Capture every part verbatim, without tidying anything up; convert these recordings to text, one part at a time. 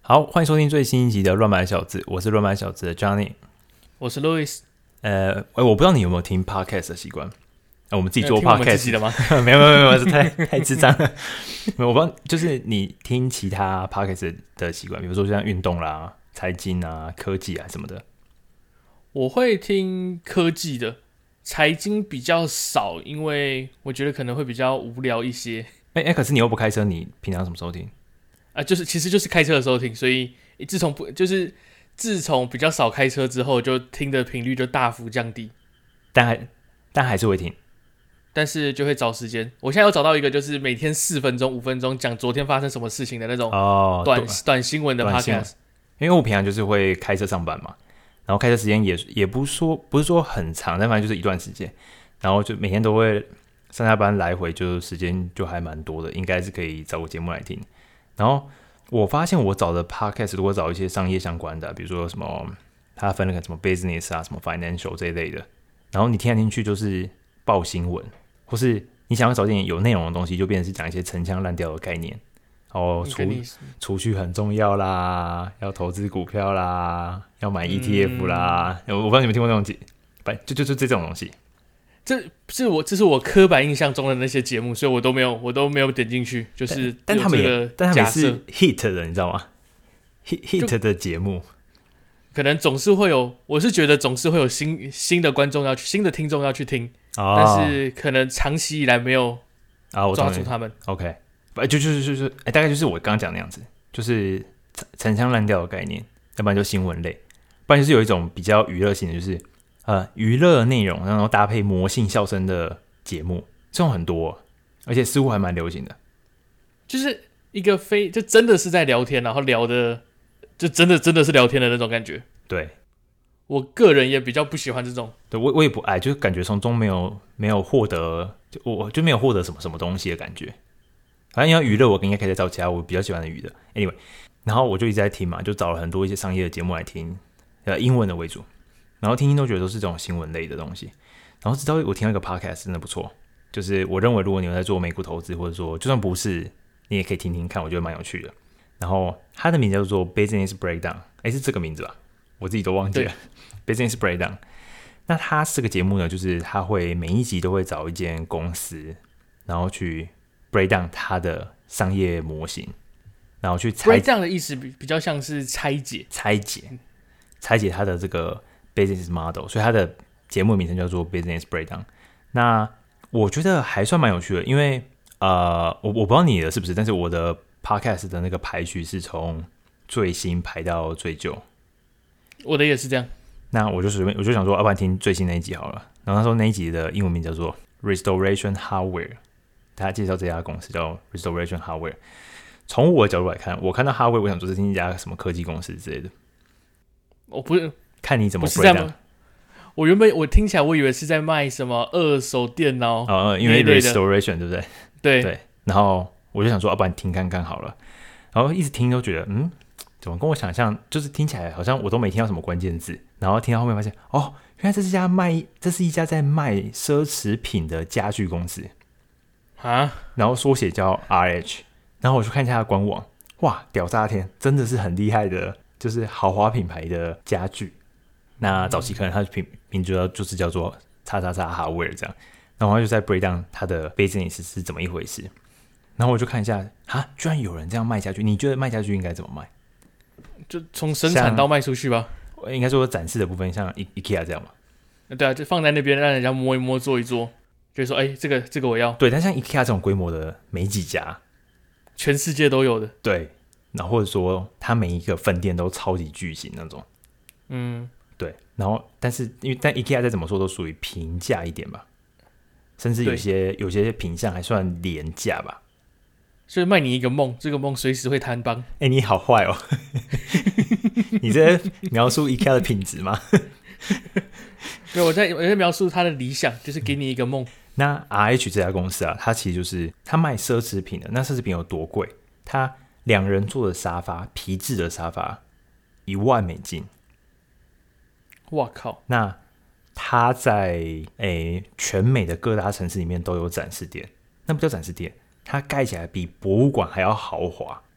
好，欢迎收听最新一集的乱买小子，我是乱买小子的 Johnny， 我是 Louis。 呃，我不知道你有没有听 podcast 的习惯、呃，我们自己做 podcast 的吗？ 没有没有没有，这太太智障了。我不知道，就是你听其他 podcast 的习惯，比如说像运动啦、财经啊、科技啊什么的。 我会听科技的，财经比较少，因为我觉得可能会比较无聊一些。 哎、欸、哎、欸，可是你又不开车，你平常什么时候听？ 啊，就是其实就是开车的时候听，所以自从不就是自从比较少开车之后，就听的频率就大幅降低。 但还但还是会听， 但是就会找时间。我现在有找到一个，就是每天四分钟、五分钟讲昨天发生什么事情的那种短、哦、短新闻的 podcast。 因为我平常就是会开车上班嘛，然后开车时间也也不说不是说很长，但反正就是一段时间，然后就每天都会上下班来回，就时间就还蛮多的，应该是可以找个节目来听。然后我发现我找的 podcast 如果找一些商业相关的，比如说什么它分了个什么 business 啊、什么 financial 这一类的，然后你听来听去就是报新闻，或是你想要找点有内容的东西，就变成是讲一些陈腔滥调的概念。哦，储储蓄很重要啦，要投资股票啦，要买 E T F 啦。嗯、我不知道你们听过那种，就就就这种东西。 这是我这是我刻板印象中的那些节目，所以我都没有我都没有点进去。就是但，但他们也但他们也是 hit 的，你知道吗 ？hit hit 的节目， 可能总是会有，我是觉得总是会有新新的观众要去，新的听众要去听，哦、但是可能长期以来没有抓住他们。 啊、OK， 就就是就是，哎，大概就是我刚刚讲那样子，就是陈腔滥调的概念，要不然就新闻类，不然就是有一种比较娱乐性的，就是。呃，娱乐内容，然后搭配魔性笑声的节目，这种很多，而且似乎还蛮流行的。 就是一个非就真的是在聊天，然后聊的就真的真的是聊天的那种感觉。 对， 我个人也比较不喜欢这种。 对，我我也不爱，就是感觉从中没有没有获得，就我就没有获得什么什么东西的感觉。反正要娱乐，我应该可以再找其他我比较喜欢的娱乐。Anyway， 然后我就一直在听嘛，就找了很多一些商业的节目来听，呃，英文的为主。然后听听都觉得都是这种新闻类的东西，然后直到我听到一个 podcast 真的不错，就是我认为如果你有在做美股投资，或者说就算不是，你也可以听听看，我觉得蛮有趣的。然后它的名字叫做 Business Breakdown， 哎，是这个名字吧？我自己都忘记了。Business Breakdown。那它这个节目呢，就是它会每一集都会找一间公司，然后去 breakdown 它的商业模型，然后去拆。 breakdown 的意思比较像是拆解， 拆解，拆解它的这个。Business model， 所以它的节目名称叫做 Business Breakdown。那我觉得还算蛮有趣的，因为呃，我我不知道你的是不是，但是我的 podcast 的那个排序是从最新排到最旧。 我的也是这样。 那我就随便，我就想说，要不然听最新那一集好了。然后他说那一集的英文名叫做 Restoration Hardware， 他介绍这家公司叫 Restoration Hardware。从我的角度来看，我看到 Hardware， 我想说这是一家什么科技公司之类的。 我不是。 看你怎么 breakdown。 我原本我听起来我以为是在卖什么二手电脑， 哦，因为 restoration 对不对？ 对对。然后我就想说，要不然听看看好了。然后一直听都觉得，嗯，怎么跟我想象，就是听起来好像我都没听到什么关键字。然后听到后面发现，哦，原来这是家卖，这是一家在卖奢侈品的家具公司啊。 然后缩写叫 R H。然后我去看一下它的官网，哇，屌炸天，真的是很厉害的，就是豪华品牌的家具。那早期可能它的品名就就是叫做叉叉叉 hardware 这样，然后他就在 breakdown 它的 business 是怎么一回事，然后我就看一下，哈，居然有人这样卖家具，你觉得卖家具应该怎么卖？ 就从生产到卖出去吧。 应该说展示的部分像 IKEA 这样嘛？ 对啊，就放在那边让人家摸一摸、做一做，就说哎、欸，这个这个我要。 对，但像 IKEA 这种规模的没几家， 全世界都有的。 对，然后或者说它每一个分店都超级巨型那种， 嗯。 对，然后但是因为但 IKEA 再怎么说都属于平价一点吧，甚至有些有些品项还算廉价吧， 所以卖你一个梦，这个梦随时会坍崩。 哎、欸，你好坏哦！你在描述 IKEA 的品质吗？ 对，我在我在描述他的理想，就是给你一个梦。 那 R H 这家公司啊，它其实就是它卖奢侈品的。那奢侈品有多贵？它两人坐的沙发，皮质的沙发，一万美金。 哇靠！ 那它在诶全美的各大城市里面都有展示店，那不叫展示店，它盖起来比博物馆还要豪华。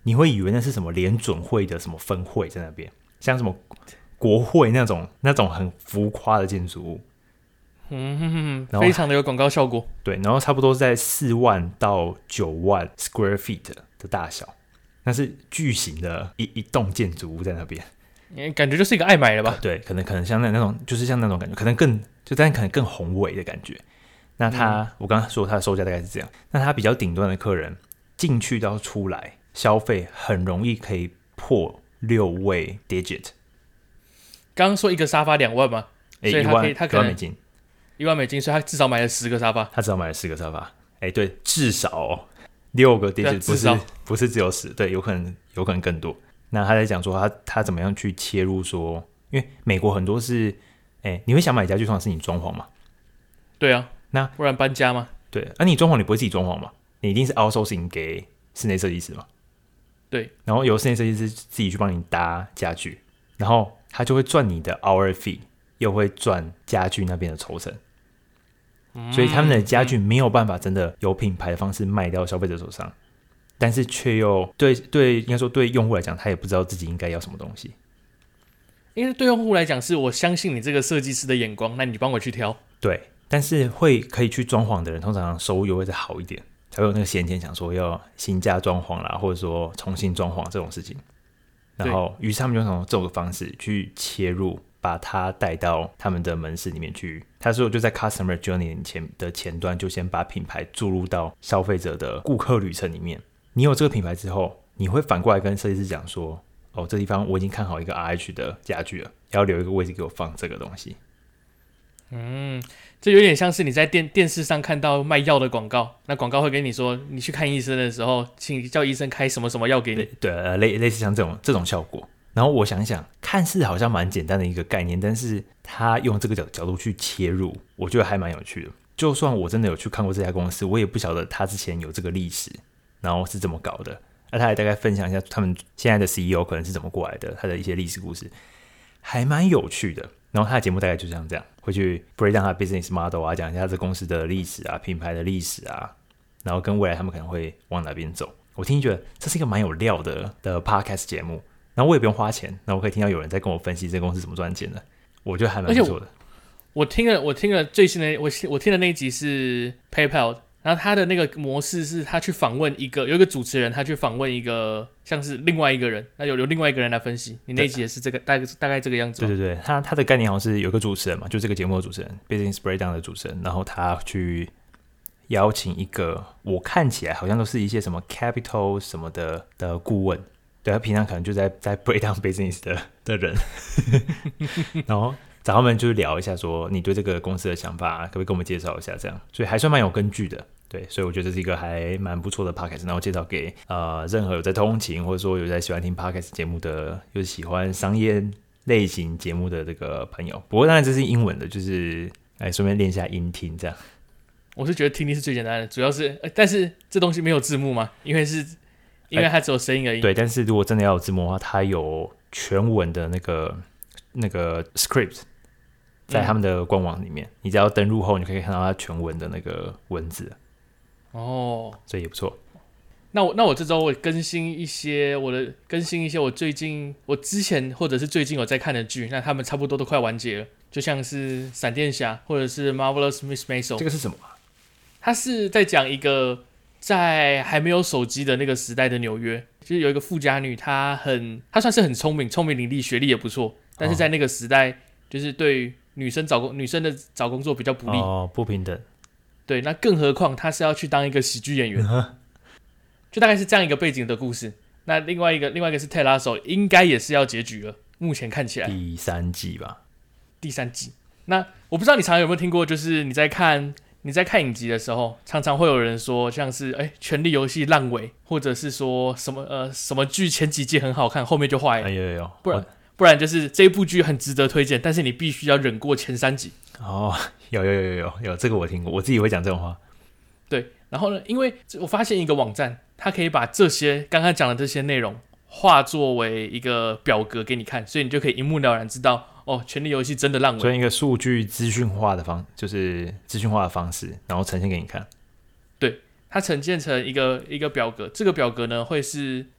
你会以为那是什么联准会的什么分会在那边，像什么国会那种那种很浮夸的建筑物。 嗯哼哼，非常的有广告效果。 对，然后差不多在四万到九万 square feet 的大小，那是巨型的一一栋建筑物在那边。 感觉就是一个爱买了吧？ 对，可能可能像那那种，就是像那种感觉，可能更就但可能更宏伟的感觉。那他、嗯、我刚刚说他的售价大概是这样，那他比较顶端的客人进去到出来消费，很容易可以破六位 digit。 刚刚说一个沙发两万嘛， 欸、 所以他可以他可能一万美金， 一万美金，所以他至少买了十个沙发。 他至少买了十个沙发，哎、欸，对，至少、哦、六个 digit， 不是不是只有十，对，有可能有可能更多。那他在讲说他他怎么样去切入说，因为美国很多是，哎、欸，你会想买家具，通常是你装潢嘛？ 对啊， 那不然搬家吗？ 对，而、啊、你装潢你不会自己装潢嘛？你一定是 outsourcing 给室内设计师嘛？ 对， 然后由室内设计师自己去帮你搭家具，然后他就会赚你的 hour fee， 又会赚家具那边的抽成。嗯、所以他们的家具没有办法真的有品牌的方式卖到消费者手上。但是却又对对，应该说对用户来讲，他也不知道自己应该要什么东西。 因为对用户来讲，是我相信你这个设计师的眼光，那你帮我去挑。 对，但是会可以去装潢的人，通常收入又会再好一点，才会有那个闲钱想说要新家装潢啦，或者说重新装潢这种事情。然后，于是他们就从这种方式去切入，把它带到他们的门市里面去。他说就在 customer journey 前的前端，就先把品牌注入到消费者的顾客旅程里面。你有这个品牌之后，你会反过来跟设计师讲说，哦，这地方我已经看好一个 R H 的家具了，要留一个位置给我放这个东西。 嗯，这有点像是你在 电, 电视上看到卖药的广告，那广告会跟你说，你去看医生的时候，请叫医生开什么什么药给你。 对，对呃、类, 类似像这种这种效果。然后我想想，看似好像蛮简单的一个概念，但是他用这个 角, 角度去切入，我觉得还蛮有趣的。就算我真的有去看过这家公司，我也不晓得他之前有这个历史。然后是怎么搞的？那他也大概分享一下他们现在的 C E O 可能是怎么过来的，他的一些历史故事，还蛮有趣的。然后他的节目大概就像这样，会去 break down 他的 business model 啊，讲一下这公司的历史啊、品牌的历史啊，然后跟未来他们可能会往哪边走。我听觉得这是一个蛮有料的的 podcast 节目，然后我也不用花钱，然后我可以听到有人在跟我分析这公司怎么赚钱的，我觉得还蛮不错的。 我, 我听了，我听了最新的，我我听的那一集是 PayPal 的。然后他的那个模式是，他去访问一个有一个主持人，他去访问一个像是另外一个人，那有有另外一个人来分析。你那一集也是这个大概大概这个样子吗？对对对， 他他的概念好像是有个主持人嘛，就这个节目的主持人 ，Business Breakdown 的主持人，然后他去邀请一个我看起来好像都是一些什么 Capital 什么的的顾问，对他平常可能就在在 Breakdown Business 的的人，然后找他们就聊一下说你对这个公司的想法，可不可以跟我们介绍一下这样，所以还算蛮有根据的。对，所以我觉得这是一个还蛮不错的 podcast， 然后介绍给呃任何有在通勤或者说有在喜欢听 podcast 节目的，又喜欢商业类型节目的这个朋友。不过当然这是英文的，就是哎顺便练一下音听这样。 我是觉得听力是最简单的，主要是、呃、但是这东西没有字幕吗？因为是因为它只有声音而已、哎。 对，但是如果真的要有字幕的话，它有全文的那个那个 script。在他们的官网里面、嗯，你只要登入后，你可以看到它全文的那个文字。 哦， 所以也不错。 那我那我这周我更新一些我的更新一些我最近我之前或者是最近有在看的剧，那他们差不多都快完结了，就像是闪电侠或者是 Marvelous Miss Maisel。 这个是什么、啊？ 他是在讲一个在还没有手机的那个时代的纽约，就是有一个富家女，她很她算是很聪明，聪明伶俐，学历也不错，但是在那个时代，就是对女生找工女生的找工作比较不利， 哦，不平等。 对，那更何况她是要去当一个喜剧演员，就大概是这样一个背景的故事。那另外一个另外一个是泰拉手，应该也是要结局了，目前看起来第三季吧。 第三季。那我不知道你常常有没有听过，就是你在看你在看影集的时候，常常会有人说，像是哎，权力游戏烂尾，或者是说什么呃什么剧前几季很好看，后面就坏了。 哎有有有， 不然不然就是这一部剧很值得推荐，但是你必须要忍过前三集。 哦，有有有有有有，这个我听过，我自己会讲这种话。 对，然后呢，因为我发现一个网站，它可以把这些刚刚讲的这些内容化作为一个表格给你看，所以你就可以一目了然知道，哦，权力游戏真的烂尾。 所以一个数据资讯化的方，就是资讯化的方式，然后呈现给你看。 对，它呈现成一个一个表格，这个表格呢会是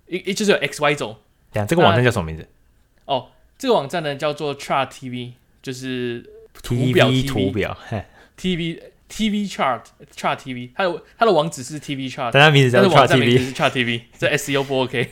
一一就是有 X Y 轴。 等一下这个网站叫什么名字？ 哦，这个网站呢叫做 Chart T V， 就是图表 T V 图表 T V T V Chart Chart T V， 它的它的网址是 T V Chart， 但它名字叫 Chart T V， 是 Chart T V， 这 S E O 不 OK。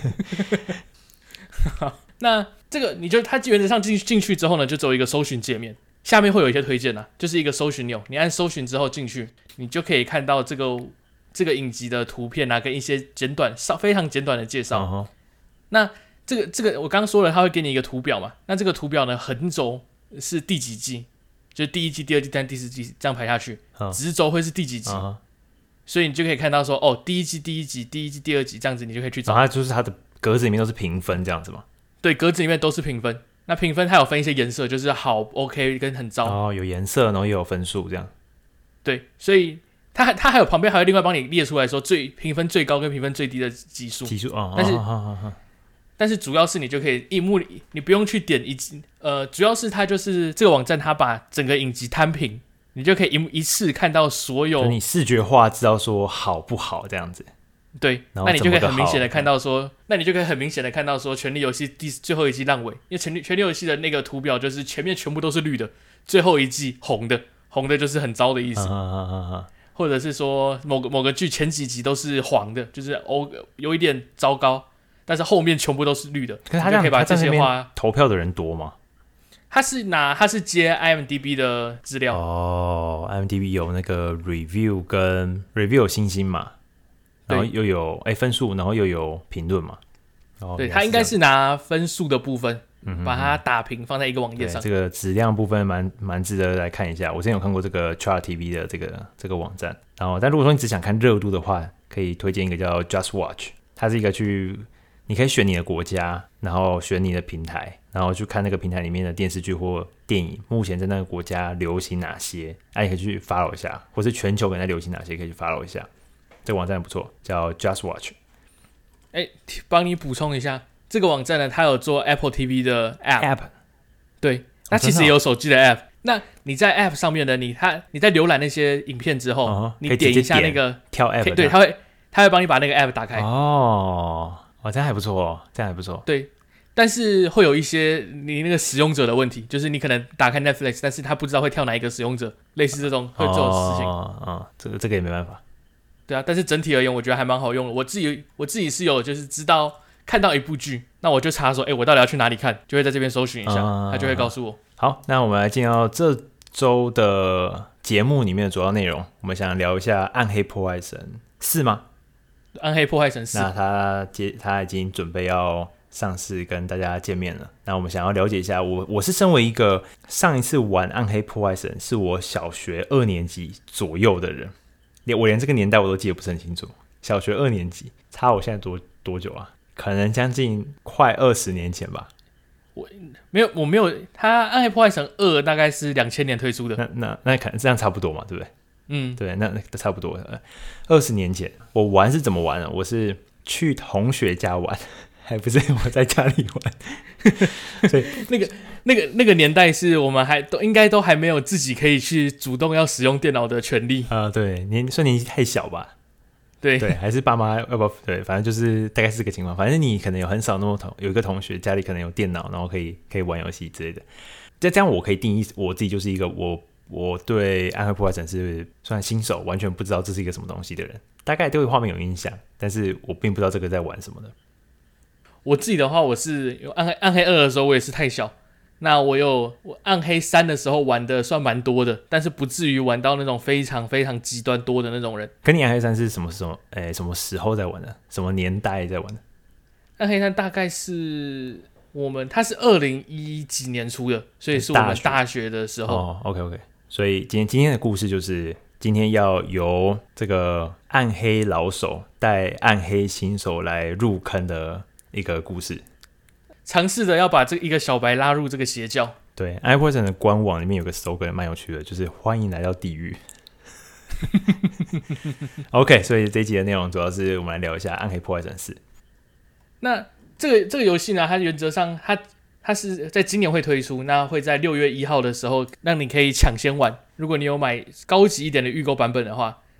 那这个你就它原则上进进去之后呢，就走一个搜寻界面，下面会有一些推荐啊，就是一个搜寻钮，你按搜寻之后进去，你就可以看到这个这个影集的图片啊，跟一些简短非常简短的介绍。Uh-huh. 那这个这个我刚刚说了，它会给你一个图表嘛，那这个图表呢，横轴是第几季，就是第一季、第二季、第三季、第四季这样排下去，直轴会是第几集。Uh-huh. 所以你就可以看到说，哦，第一季第一集、第一季第二集这样子，你就可以去找。 然后它就是它的格子里面都是评分这样子吗？ 对，格子里面都是评分。那评分它有分一些颜色，就是好 OK 跟很糟。 哦，有颜色，然后也有分数这样。 对，所以它它还有旁边还会另外帮你列出来说最评分最高跟评分最低的集数。 集数哦， 但是、 哦哦哦、 但是主要是你就可以一目你不用去点一集，呃，主要是它就是这个网站它把整个影集摊平。你就可以 一, 一次看到所有， 你视觉化知道说好不好这样子。 对，那你就可以很明显的看到说，那你就可以很明显的看到说，《权力游戏》第最后一季烂尾，因为《权力权力游戏》的那个图表就是前面全部都是绿的，最后一季红的，红的就是很糟的意思。啊啊啊啊或者是说某个某个剧前几集都是黄的，就是哦有一点糟糕，但是后面全部都是绿的。 可是他这样可以把这些话投票的人多吗？ 他是拿他是接 I M D B 的资料哦 ，I M D B 有那个 review 跟 review 有星星嘛，然后又有哎、欸、分数，然后又有评论嘛。 对，他应该是拿分数的部分，嗯、把它打平放在一个网页上。 这个质量部分蛮蛮值得来看一下。我之前有看过这个 Chart T V 的这个这个网站，然后但如果说你只想看热度的话，可以推荐一个叫 Just Watch， 它是一个去你可以选你的国家，然后选你的平台。然后去看那个平台里面的电视剧或电影，目前在那个国家流行哪些，啊，也可以去 follow 一下，或是全球可能在流行哪些，可以去 follow 一下。这个网站不错，叫 Just Watch。 哎，帮你补充一下，这个网站呢，它有做 Apple T V 的 App， 对，它其实也有手机的 App。那你在 App 上面呢，你它你在浏览那些影片之後， uh-huh, 你点一下那個跳 App， 对，它會它會幫你把那個 App 打開。 哦，哦，這樣還不錯哦，這樣還不錯。 對，但是會有一些你那個使用者的問題，就是你可能打開 Netflix， 但是他不知道會跳哪一個使用者，類似這種會有這種事情。 哦，哦，這個這個也沒辦法。 對啊，但是整體而言，我覺得還蠻好用的。我自己我自己是有就是知道看到一部劇，那我就查說，哎，我到底要去哪裡看，就會在這邊搜尋一下，他、嗯、就會告訴我。 好，那我們來進到這週的節目裡面的主要內容，我們想聊一下《暗黑破壞神四》嗎？ 暗黑破壞神四， 那他接他已經準備要上市跟大家見面了。那我們想要了解一下，我我是身為一個上一次玩《暗黑破壞神》是我小學二年級左右的人，我連這個年代我都記得不是很清楚。小學二年級，差我現在多多久啊？可能將近快二十年前吧。 我沒有，我沒有。他《暗黑破壞神二》大概是兩千年推出的， 那那那可能這樣差不多嘛，對不對？ 嗯， 對，那那差不多。二十年前我玩是怎麼玩呢？我是去同學家玩，還不是我在家裡玩。所以那個那個那個年代是我們還都應該都還沒有自己可以去主動要使用電腦的權利啊、呃。對，年算年紀太小吧。 對對，還是爸媽要不對，反正就是大概是這個情況。反正你可能有很少那麼同有一個同學家裡可能有電腦，然後可以可以玩遊戲之類的。這這樣我可以定義我自己就是一個我我對暗黑破壞神是算新手，完全不知道這是一個什麼東西的人。大概對畫面有印象，但是我並不知道這個在玩什麼的。 我自己的話，我是有暗黑暗黑二的時候，我也是太小。那我有我暗黑三的時候玩的算蠻多的，但是不至於玩到那種非常非常極端多的那種人。 跟你暗黑三是什麼什麼誒什麼時候在玩的？什麼年代在玩的？ 暗黑三大概是我們它是二零一幾年出的，所以是我們大學的時候。 哦 ，OK OK。所以今天今天的故事就是今天要由這個暗黑老手帶暗黑新手來入坑的一個故事。 嘗試着要把這一個小白拉入這個邪教。 對，暗黑破壞神的官網裡面有個 slogan 蠻有趣的，就是歡迎來到地獄。OK， 所以這一集的內容主要是我們來聊一下暗黑破壞神四。 那這個這個遊戲呢，它原則上它它是在今年會推出，那會在六月一號的時候讓你可以搶先玩。如果你有買高級一點的預購版本的話，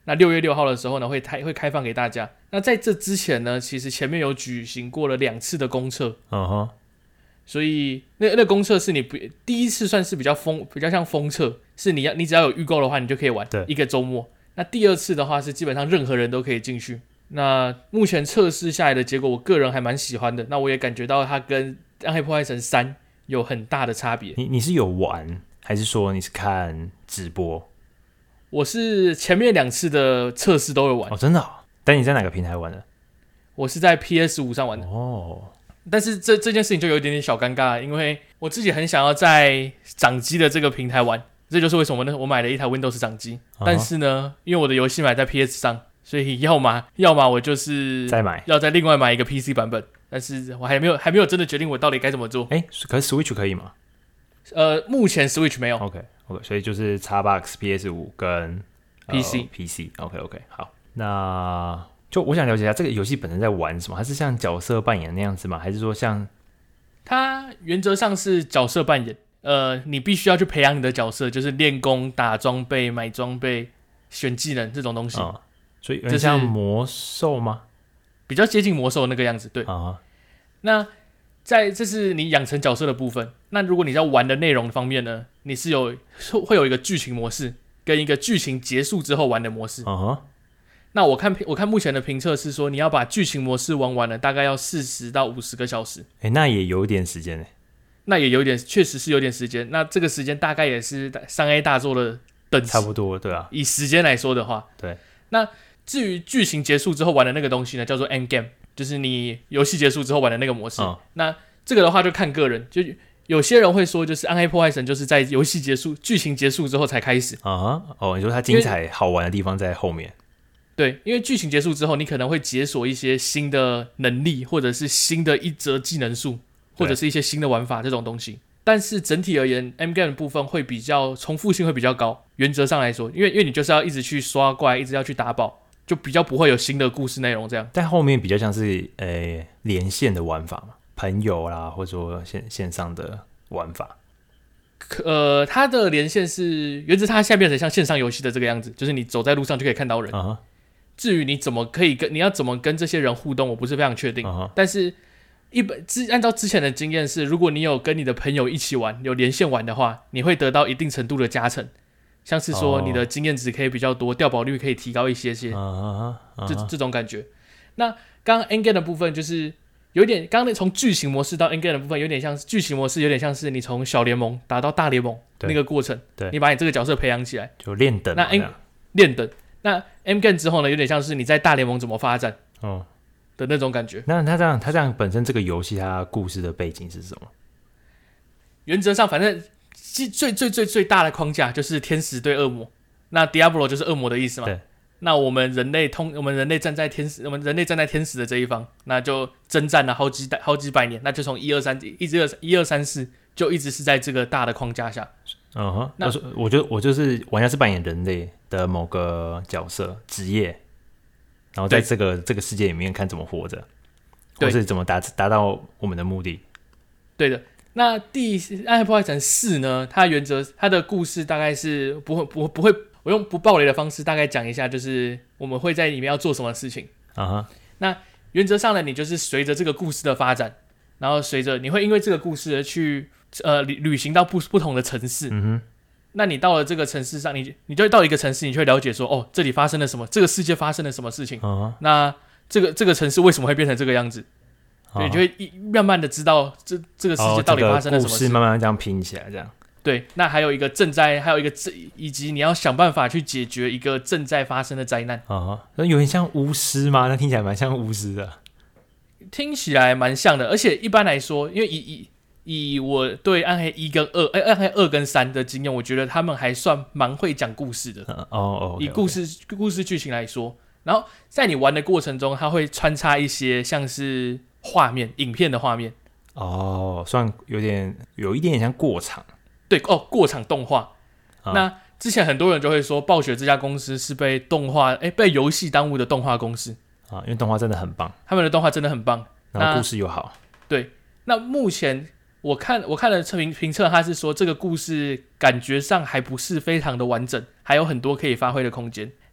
那六月六号的时候呢，会开会开放给大家。那在这之前呢，其实前面有举行过了两次的公测， 嗯哼， 所以那那公测是你不第一次算是比较封，比较像封测，是你要你只要有预购的话，你就可以玩一个周末。那第二次的话是基本上任何人都可以进去。那目前测试下来的结果，我个人还蛮喜欢的。那我也感觉到它跟《暗黑破坏神三》有很大的差别。 你你是有玩，还是说你是看直播？ 我是前面两次的测试都有玩。 哦，真的、哦？但你在哪个平台玩的？ 我是在 P S 五 上玩的。 哦， 但是这这件事情就有一点点小尴尬，因为我自己很想要在掌机的这个平台玩，这就是为什么呢？我买了一台 Windows 掌机，啊、但是呢，因为我的游戏买在 P S 上。所以要么要么我就是再买， 要再另外买一个 P C 版本，但是我还没有还没有真的决定我到底该怎么做。 哎，可是 Switch 可以吗？ 呃，目前 Switch 没有。 OK OK， 所以就是 Xbox、P S 五 跟、呃、 P C P C。OK OK， 好，那就我想了解一下这个游戏本身在玩什么？它是像角色扮演那样子吗？还是说像？ 它原则上是角色扮演，呃，你必须要去培养你的角色，就是练功、打装备、买装备、选技能这种东西。 嗯所以有点像魔兽吗？ 比较接近魔兽的那个样子，对。 啊， 那在这是你养成角色的部分。那如果你在玩的内容方面呢，你是有会有一个剧情模式，跟一个剧情结束之后玩的模式。 啊， 那我看我看目前的评测是说，你要把剧情模式玩完了，大概要四十到五十个小时。 哎、欸，那也有点时间呢。 那也有点，确实是有点时间。那这个时间大概也是三 A 大作的等级， 差不多，对啊。 以时间来说的话， 对。 那至于剧情结束之后玩的那个东西呢，叫做 end game， 就是你游戏结束之后玩的那个模式。哦、那这个的话就看个人，就有些人会说，就是《暗黑破坏神》就是在游戏结束、剧情结束之后才开始。 啊，哦，你说它精彩好玩的地方在后面。 对，因为剧情结束之后，你可能会解锁一些新的能力，或者是新的一则技能树，或者是一些新的玩法这种东西。但是整体而言 ，end game 的部分会比较重复性会比较高。原则上来说，因为因为你就是要一直去刷怪，一直要去打宝。就比较不会有新的故事内容这样， 但后面比较像是呃连线的玩法嘛，朋友啦，或者说线线上的玩法。 呃，它的连线是原则，它现在变成像线上游戏的这个样子，就是你走在路上就可以看到人。Uh-huh. 至于你怎么可以跟你要怎么跟这些人互动，我不是非常确定。Uh-huh. 但是一本之按照之前的经验是，如果你有跟你的朋友一起玩，有连线玩的话，你会得到一定程度的加成。像是说你的经验值可以比较多，掉宝率可以提高一些些， uh-huh, uh-huh. 这这种感觉。那刚刚 end game 的部分就是有点，刚刚从剧情模式到 end game 的部分有点像剧情模式，有点像是你从小联盟打到大联盟那个过程， 对， 你把你这个角色培养起来， 就练等。 那 end 练等，那 end game 之后呢，有点像是你在大联盟怎么发展哦的那种感觉。 那他这样，他这样本身这个游戏它故事的背景是什么？ 原则上，反正。最最最最大的框架就是天使对恶魔，那 Diablo 就是恶魔的意思嘛。 对。 那我们人类通，我们人类站在天使，我们人类站在天使的这一方，那就征战了好几代、好几百年，那就从一二三一直二一二三四，就一直是在这个大的框架下。 嗯哼。那我就我就是玩家是扮演人类的某个角色职业，然后在这个这个世界里面看怎么活着，或是怎么达达到我们的目的。 对的。那第《暗黑破坏神四》呢？它原则它的故事大概是不会不不会，我用不爆雷的方式大概讲一下，就是我们会在里面要做什么事情啊。Uh-huh. 那原则上呢，你就是随着这个故事的发展，然后随着你会因为这个故事而去呃旅旅行到不不同的城市。嗯哼。那你到了这个城市上，你你就会到一个城市，你就会了解说，哦，这里发生了什么，这个世界发生了什么事情。Uh-huh. 那这个这个城市为什么会变成这个样子？对，你就会慢慢的知道这这个世界到底发生了什么事，哦，这个故事慢慢这样拼起来，这样。 对，那还有一个正在，还有一个以及你要想办法去解决一个正在发生的灾难。 啊，那有点像巫师吗？那听起来蛮像巫师的。 听起来蛮像的，而且一般来说，因为以以以我对暗黑一跟二，哎，暗黑二跟三的经验，我觉得他们还算蛮会讲故事的。 哦哦， 以故事故事剧情来说，然后在你玩的过程中，它会穿插一些像是画面、影片的画面。 哦，算有点有一点点像过场。 对哦，过场动画。啊、那之前很多人就会说，暴雪这家公司是被动画哎被游戏耽误的动画公司啊，因为动画真的很棒， 他们的动画真的很棒， 然后故事又好。 对，那目前我看我看了评评测，他是说这个故事感觉上还不是非常的完整，还有很多可以发挥的空间。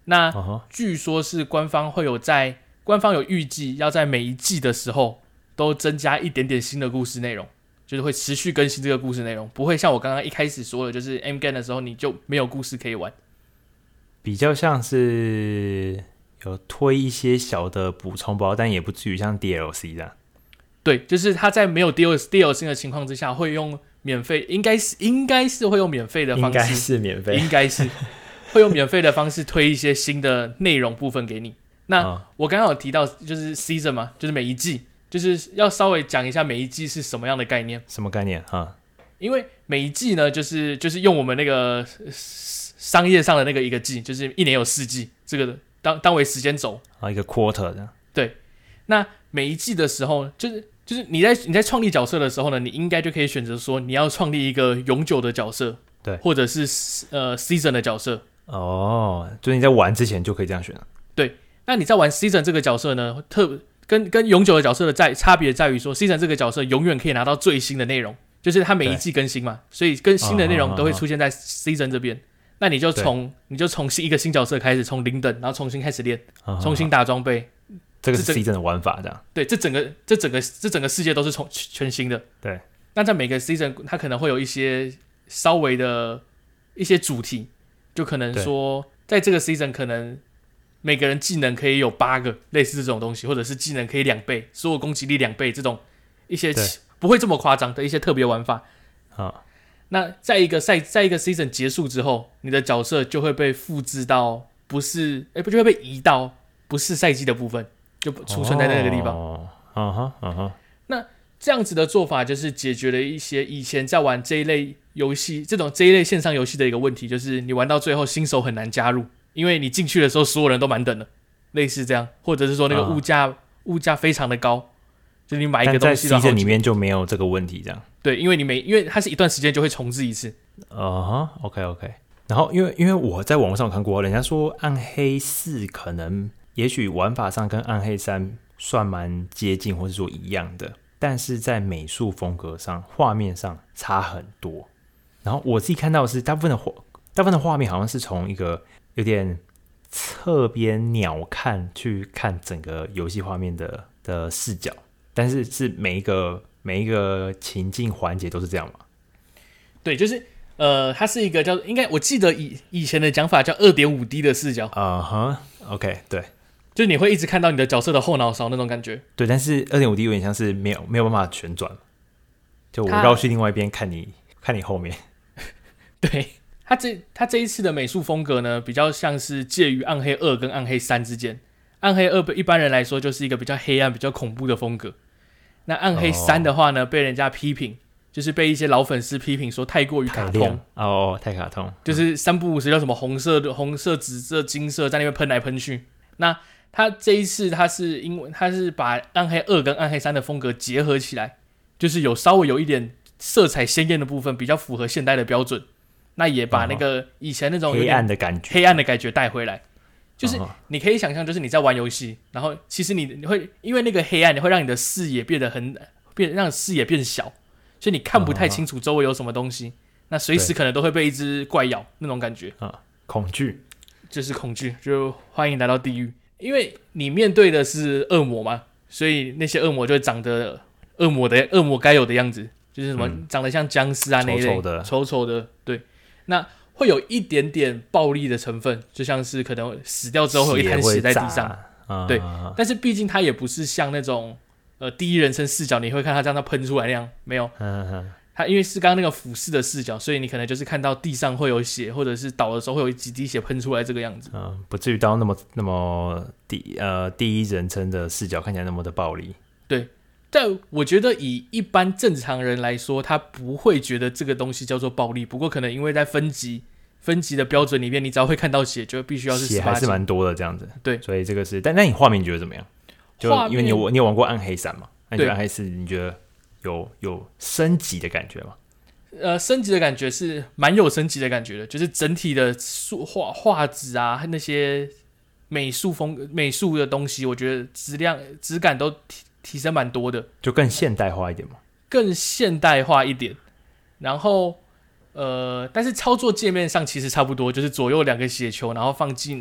那、 uh-huh. 据说是官方会有在官方有预计要在每一季的时候都增加一点点新的故事内容，就是会持续更新这个故事内容，不会像我刚刚一开始说的，就是 Endgame 的时候你就没有故事可以玩， 比较像是有推一些小的补充包，但也不至于像 D L C 这样。 对，就是他在没有 D L C 的情况之下，会用免费，应该是应该是会用免费的方式， 应该是免费， 应该是会用免费的方式推一些新的内容部分给你。那、嗯、我刚刚有提到就是 season 嘛，就是每一季，就是要稍微讲一下每一季是什么样的概念。 什么概念哈？因为每一季呢，就是就是用我们那个商业上的那个一个季，就是一年有四季，这个当当为时间轴啊，一个 quarter 这样。 对，那每一季的时候，就是就是你在你在创立角色的时候呢，你应该就可以选择说你要创立一个永久的角色， 对， 或者是呃 season 的角色。 哦，就是你在玩之前就可以这样选了。 对。那你在玩 season 这个角色呢，特跟跟永久的角色的在差别在于说 ，season 这个角色永远可以拿到最新的内容，就是它每一季更新嘛，所以更新的内容都会出现在 season 这边。那你就从你就从一个新角色开始，从零等，然后重新开始练，重新打装备。 这个是 season 的玩法，这样。 对，这整个这整个这整个世界都是从全新的。 对。 那在每个 season， 它可能会有一些稍微的一些主题，就可能说，在这个 season 可能。每个人技能可以有八个，类似这种东西，或者是技能可以两倍，所有攻击力两倍，这种一些不会这么夸张的一些特别玩法。 啊， 那在一个赛，在一个 season 结束之后，你的角色就会被复制到不是，哎，不就会被移到不是赛季的部分，就储存在那个地方。 哦，啊哈，啊哈。 那这样子的做法就是解决了一些以前在玩这一类游戏，这种这一类线上游戏的一个问题，就是你玩到最后新手很难加入。因为你进去的时候，所有人都满等了，类似这样，或者是说那个物价、uh-huh. 物价非常的高，就你买一个东西， 但在 season 里面就没有这个问题，这样。 对，因为你每因为它是一段时间就会重置一次。 啊哈 ，OK OK。然后因为因为我在网络上有看过，人家说暗黑四可能也许玩法上跟暗黑三算蛮接近，或是说一样的，但是在美术风格上、画面上差很多。然后我自己看到的是，大部分的画，大部分的画面好像是从一个有点侧边鸟看去看整个游戏画面的的视角，但是是每一个每一个情境环节都是这样嘛？ 对，就是呃，它是一个叫应该我记得以以前的讲法叫 二点五 D 的视角。 啊哈 ，OK， 对， 就是你会一直看到你的角色的后脑勺那种感觉。 对，但是 二点五 D 有点像是没有没有办法旋转，就我绕去另外一边看你看你后面。 对。他这他这一次的美术风格呢，比较像是介于暗黑二跟暗黑三之间。暗黑二一般人来说就是一个比较黑暗、比较恐怖的风格。那暗黑三的话呢，被人家批评，就是被一些老粉丝批评说太过于卡通哦，太卡通， 就是三不五时叫什么红色的、红色、紫色、金色在那边喷来喷去。那他这一次他是因为他是把暗黑二跟暗黑三的风格结合起来，就是有稍微有一点色彩鲜艳的部分，比较符合现代的标准。那也把那个以前那种黑暗的感觉、 黑暗的感觉带回来，就是你可以想象，就是你在玩游戏，然后其实你你会因为那个黑暗，你会让你的视野变得很变，让视野变小，所以你看不太清楚周围有什么东西，那随时可能都会被一只怪咬那种感觉啊，恐惧， 就是恐惧，就欢迎来到地狱，因为你面对的是恶魔嘛，所以那些恶魔就会长得恶魔的恶魔该有的样子，就是什么、嗯、长得像僵尸啊那一类， 丑丑的， 丑丑的，对。那会有一点点暴力的成分，就像是可能死掉之后会有一滩血在地上， 啊、 对。但是毕竟它也不是像那种呃第一人称视角，你会看它这样它喷出来那样，没有。 嗯、 它因为是刚刚那个俯视的视角，所以你可能就是看到地上会有血，或者是倒的时候会有几滴血喷出来这个样子。 嗯，不至于到那么那么第呃第一人称的视角看起来那么的暴力。 对。但我觉得以一般正常人来说，他不会觉得这个东西叫做暴力。不过可能因为在分级分级的标准里面，你只要会看到血，就必须要是十八级， 血还是蛮多的这样子。 对， 所以这个是。但那你画面你觉得怎么样？就因为你有你有玩过暗黑三嘛？那你觉得暗黑四你觉得有有升级的感觉吗？ 呃，升级的感觉是蛮有升级的感觉的，就是整体的数画画质啊，那些美术风美术的东西，我觉得质量质感都提提升蛮多的， 就更现代化一点嘛， 更现代化一点。然后呃，但是操作界面上其实差不多，就是左右两个血球，然后放技能，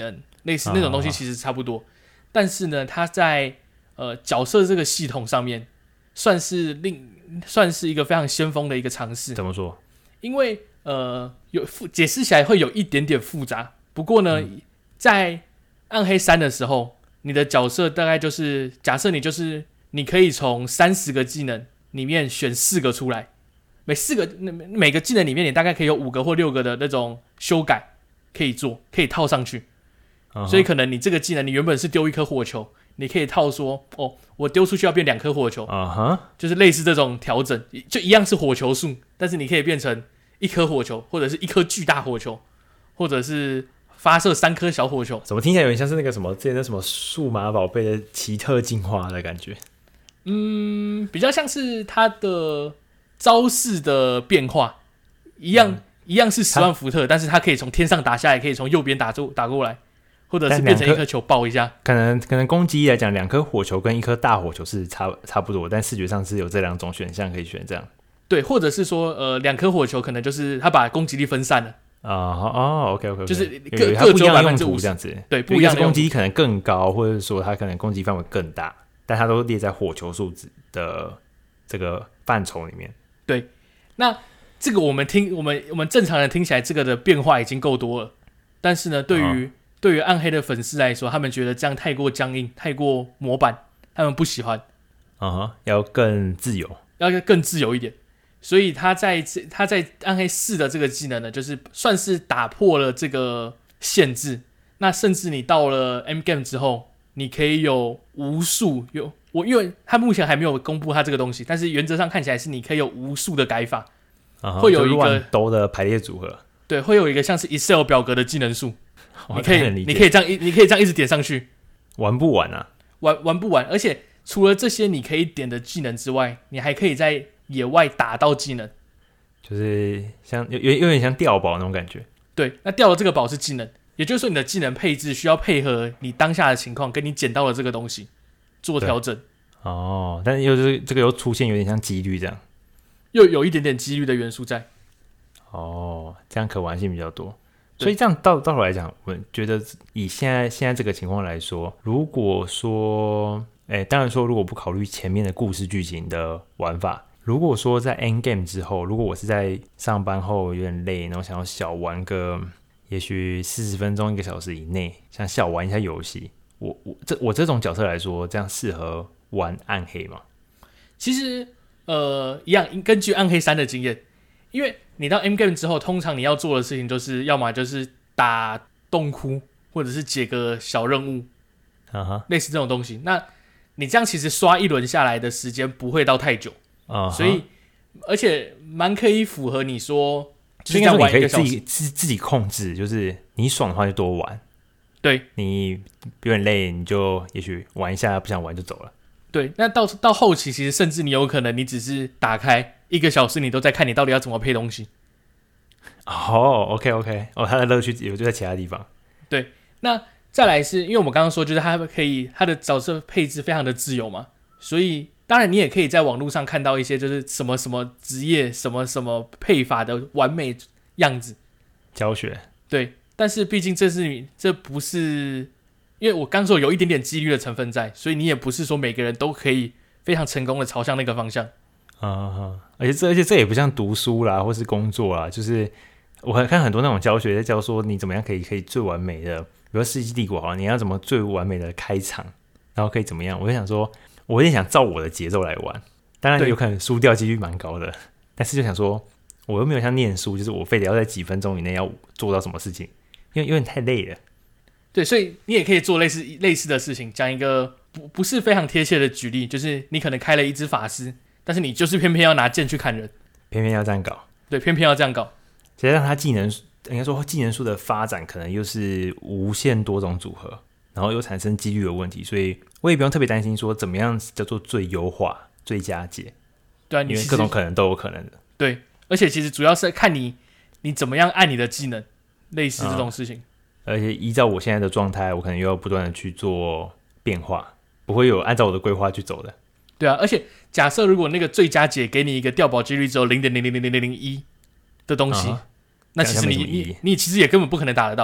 类似那种东西其实差不多。啊、但是呢，它在呃角色这个系统上面，算是另算是一个非常先锋的一个尝试。 怎么说？ 因为呃有解释起来会有一点点复杂，不过呢，嗯、在暗黑三的时候，你的角色大概就是假设你就是你可以从三十个技能里面选四个出来。每四个每个技能里面，你大概可以有五个或六个的那种修改可以做，可以套上去。Uh-huh. 所以可能你这个技能，你原本是丢一颗火球，你可以套说，哦，我丢出去要变两颗火球， uh-huh. 就是类似这种调整，就一样是火球数，但是你可以变成一颗火球，或者是一颗巨大火球，或者是发射三颗小火球。 怎么听起来有点像是那个什么之前的什么数码宝贝的奇特进化的感觉？ 嗯，比较像是它的招式的变化一样，嗯、一样是十万伏特，但是它可以从天上打下来，可以从右边打住打过来，或者是变成一颗球爆一下。 可能可能攻击力来讲，两颗火球跟一颗大火球是差差不多，但视觉上是有这两种选项可以选，这样。 对，或者是说，呃，两颗火球可能就是它把攻击力分散了。 啊、uh, 哦 ，OK OK， 就是各各不一样的用途这样子。 对，不一样的攻击可能更高，或者说它可能攻击范围更大，但它都列在火球数值的这个范畴里面。 对。那这个我们听我们我们正常人听起来这个的变化已经够多了，但是呢，对于、哦、对于暗黑的粉丝来说，他们觉得这样太过僵硬，太过模板，他们不喜欢。 啊、uh-huh, 要更自由， 要更自由一点。所以他在他在暗黑四的这个技能呢，就是算是打破了这个限制。那甚至你到了 M Game 之后，你可以有无数有。我因为他目前还没有公布他这个东西，但是原则上看起来是你可以有无数的改法， uh-huh, 会有一个兜的排列组合， 对，会有一个像是 Excel 表格的技能树，你可以你可以这样你可以这样一直点上去， 玩不完啊？ 玩玩不完，而且除了这些你可以点的技能之外，你还可以在野外打到技能， 就是像有有点像掉宝那种感觉。 对，那掉的这个宝是技能，也就是说你的技能配置需要配合你当下的情况，跟你捡到的这个东西。做调整哦，但是又是这个又出现有点像几率这样， 又有一点点几率的元素在。 哦，这样可玩性比较多。所以这样到到头来讲，我觉得以现在现在这个情况来说，如果说，哎，当然说如果不考虑前面的故事剧情的玩法，如果说在 end game 之后，如果我是在上班后有点累，然后想要小玩个，也许四十分钟一个小时以内，想小玩一下游戏。我我这我这种角色来说，这样适合玩暗黑吗？ 其实呃，一样，根据暗黑三的经验，因为你到 M game 之后，通常你要做的事情就是要么就是打洞窟，或者是解个小任务， uh-huh. 类似这种东西。那你这样其实刷一轮下来的时间不会到太久， uh-huh. 所以而且蛮可以符合你说，就是这样玩一个小时， 你可以自己自自己控制，就是你爽的话就多玩。 对， 你有点累，你就也许玩一下，不想玩就走了。 对，那到到后期，其实甚至你有可能，你只是打开一个小时，你都在看你到底要怎么配东西。 哦 ，OK OK， 哦，它的乐趣有就在其他地方。 对，那再来是因为我们刚刚说，就是它可以它的角色配置非常的自由嘛，所以当然你也可以在网络上看到一些就是什么什么职业、什么什么配法的完美样子教学。 对。但是毕竟这是你，这不是，因为我刚说有一点点几率的成分在，所以你也不是说每个人都可以非常成功的朝向那个方向。 啊、uh-huh. 而且这而且这也不像读书啦，或是工作啦，就是我看很多那种教学在教说你怎么样可以可以最完美的，比如说《世纪帝国》好，你要怎么最完美的开场，然后可以怎么样？我就想说，我也想照我的节奏来玩，当然有可能输掉几率蛮高的，但是就想说，我又没有像念书，就是我非得要在几分钟以内要做到什么事情。因为有点太累了， 对，所以你也可以做类似类似的事情。讲一个不不是非常贴切的举例，就是你可能开了一只法师，但是你就是偏偏要拿剑去砍人， 偏偏要这样搞， 对，偏偏要这样搞。 其实让他技能，应该说技能树的发展可能又是无限多种组合，然后又产生几率的问题，所以我也不用特别担心说怎么样叫做最优化、最佳解。 对啊， 因为各种可能都有可能的。 对，而且其实主要是看你你怎么样按你的技能。类似这种事情、嗯， 而且依照我现在的状态，我可能又要不断的去做变化，不会有按照我的规划去走的。 对啊，而且假设如果那个最佳解给你一个掉宝几率只有零点零零零零零一的东西，嗯、那其实你你你其实也根本不可能打得到。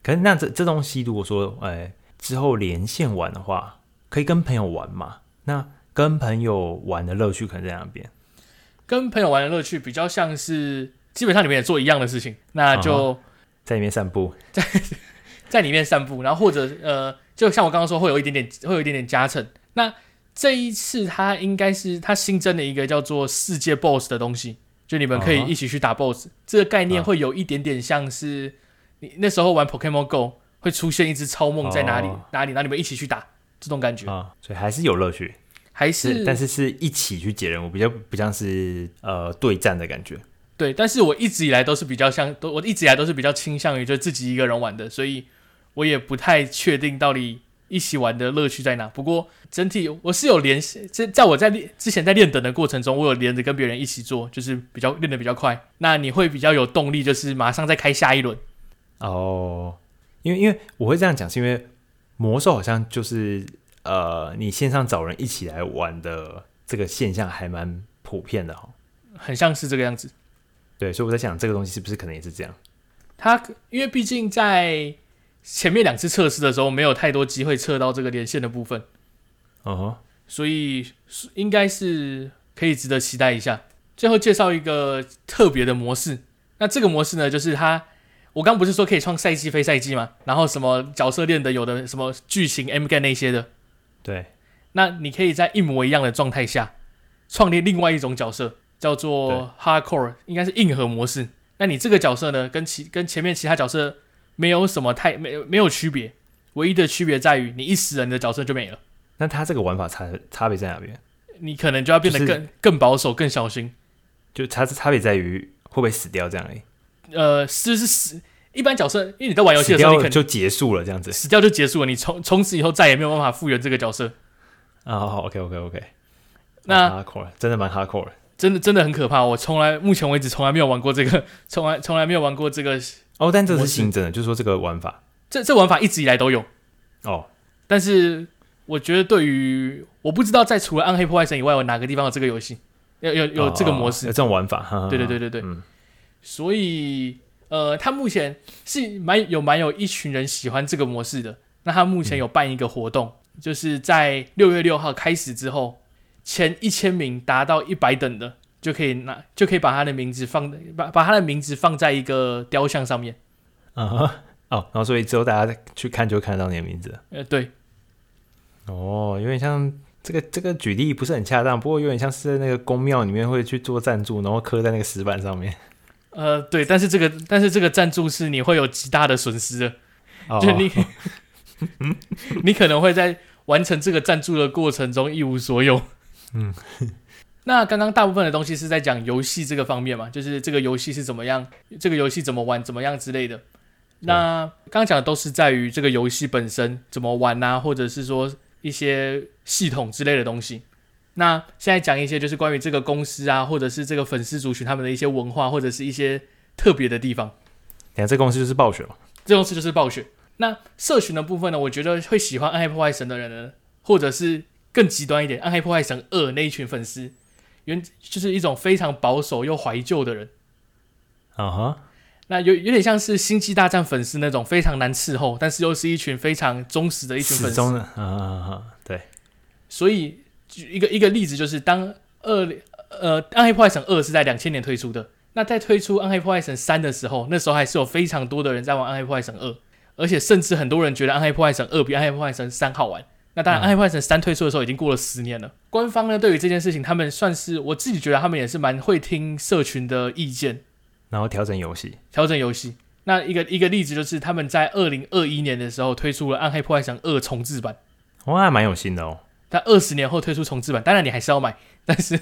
可是那这这东西如果说，哎，之后连线玩的话，可以跟朋友玩嘛？那跟朋友玩的乐趣可能在哪边？ 跟朋友玩的乐趣比较像是，基本上你们也做一样的事情，那就、uh-huh, 在里面散步， 在在里面散步，然后或者呃，就像我刚刚说，会有一点点，会有一点点加成。那这一次它应该是它新增了一个叫做世界 B O S S 的东西，就你们可以一起去打 B O S S、uh-huh. 这个概念会有一点点像是你那时候玩 Pokemon Go 会出现一只超梦在哪里、uh-huh. 哪里，然后你们一起去打这种感觉啊， uh-huh. 所以还是有乐趣。 还是， 但是是一起去解任务，比较不像是呃对战的感觉。 对，但是我一直以来都是比较像，都我一直以来都是比较倾向于就自己一个人玩的，所以我也不太确定到底一起玩的乐趣在哪。不过整体我是有连，在我在之前在练等的过程中，我有连着跟别人一起做，就是比较练得比较快。那你会比较有动力，就是马上再开下一轮。 哦，因为因为我会这样讲，是因为魔兽好像就是。呃，你线上找人一起来玩的这个现象还蛮普遍的哈， 很像是这个样子。 对，所以我在想这个东西是不是可能也是这样？ 它因为毕竟在前面两次测试的时候没有太多机会测到这个连线的部分， 嗯哼， 所以应该是可以值得期待一下。最后介绍一个特别的模式，那这个模式呢，就是它。我刚不是说可以创赛季非赛季吗？然后什么角色练的有的什么剧情 M G A N 那些的。 对， 那你可以在一模一样的状态下创立另外一种角色，叫做 Hardcore， 应该是硬核模式。那你这个角色呢，跟其跟前面其他角色没有什么太没没有区别，唯一的区别在于你一死人的角色就没了。 那它这个玩法差差别在哪边？ 你可能就要变得更、就是、更保守、更小心。 就差差别在于会不会死掉这样而已。 呃，是是死。一般角色，因为你在玩游戏的时候，你可能就结束了，这样子死掉就结束了，你从从此以后再也没有办法复原这个角色。 啊、oh, ，OK OK OK， 那 hardcore 真的蛮 hardcore 的， 真的真的很可怕。我从来目前为止从来没有玩过这个，从来从来没有玩过这个。 哦，但这是新增的，就是说这个玩法， 这这玩法一直以来都有。 哦， 但是我觉得对于我不知道在除了暗黑破坏神以外，有哪个地方有这个游戏，有有有这个模式， 哦、有这种玩法。呵呵对对对对对， 嗯， 所以。呃，他目前是蛮有蛮有一群人喜欢这个模式的。那他目前有办一个活动，嗯、就是在六月六号开始之后，前一千名达到一百等的，就可以拿，就可以把他的名字放把把他的名字放在一个雕像上面。 啊哈，哦，然后所以之后大家去看就看得到你的名字了。 呃，对。 哦，有点像这个这个举例不是很恰当，不过有点像是在那个宫庙里面会去做赞助，然后刻在那个石板上面。 呃，对，但是这个，但是这个赞助是你会有极大的损失的，哦、就你，你可能会在完成这个赞助的过程中一无所有。嗯，那刚刚大部分的东西是在讲游戏这个方面嘛，就是这个游戏是怎么样，这个游戏怎么玩，怎么样之类的。那刚刚讲的都是在于这个游戏本身怎么玩啊，或者是说一些系统之类的东西。那现在讲一些就是关于这个公司啊，或者是这个粉丝族群他们的一些文化，或者是一些特别的地方。 等下这公司就是暴雪嘛？ 这公司就是暴雪。那社群的部分呢，我觉得会喜欢暗黑破坏神的人呢，或者是更极端一点，暗黑破坏神二那一群粉丝，原就是一种非常保守又怀旧的人。 啊哈。 那有有点像是星际大战粉丝那种非常难伺候，但是又是一群非常忠实的一群粉丝。 始终的，啊啊啊，对。 所以。一个一个例子就是当二呃暗黑破坏神二是在两千年推出的，那在推出暗黑破坏神三的时候，那时候还是有非常多的人在玩暗黑破坏神二，而且甚至很多人觉得暗黑破坏神二比暗黑破坏神三好玩。那当然暗黑破坏神三推出的时候已经过了十年了，官方呢对于这件事情他们算是，我自己觉得他们也是蛮会听社群的意见， 然后调整游戏调整游戏。那一个一个例子就是他们在二零二一年的时候推出了暗黑破坏神二重制版， 哇，还蛮有心的哦。 他二十年后推出重制版，当然你还是要买，但是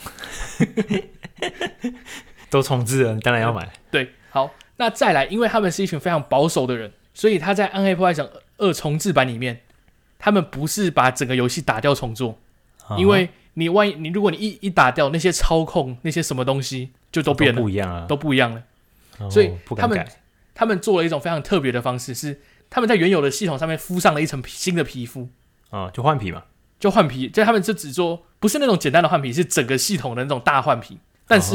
都重置了，当然要买。 对，好，那再来，因为他们是一群非常保守的人，所以他在《暗黑破坏神二重制版》里面，他们不是把整个游戏打掉重做，啊、因为你万一你如果你一一打掉那些操控那些什么东西，就都变了， 都不一样啊， 都不一样了。 哦、 所以他们他们做了一种非常特别的方式，是他们在原有的系统上面敷上了一层新的皮肤啊，就换皮嘛。 就换皮，就他们就只做不是那种简单的换皮，是整个系统的那种大换皮。但是呢，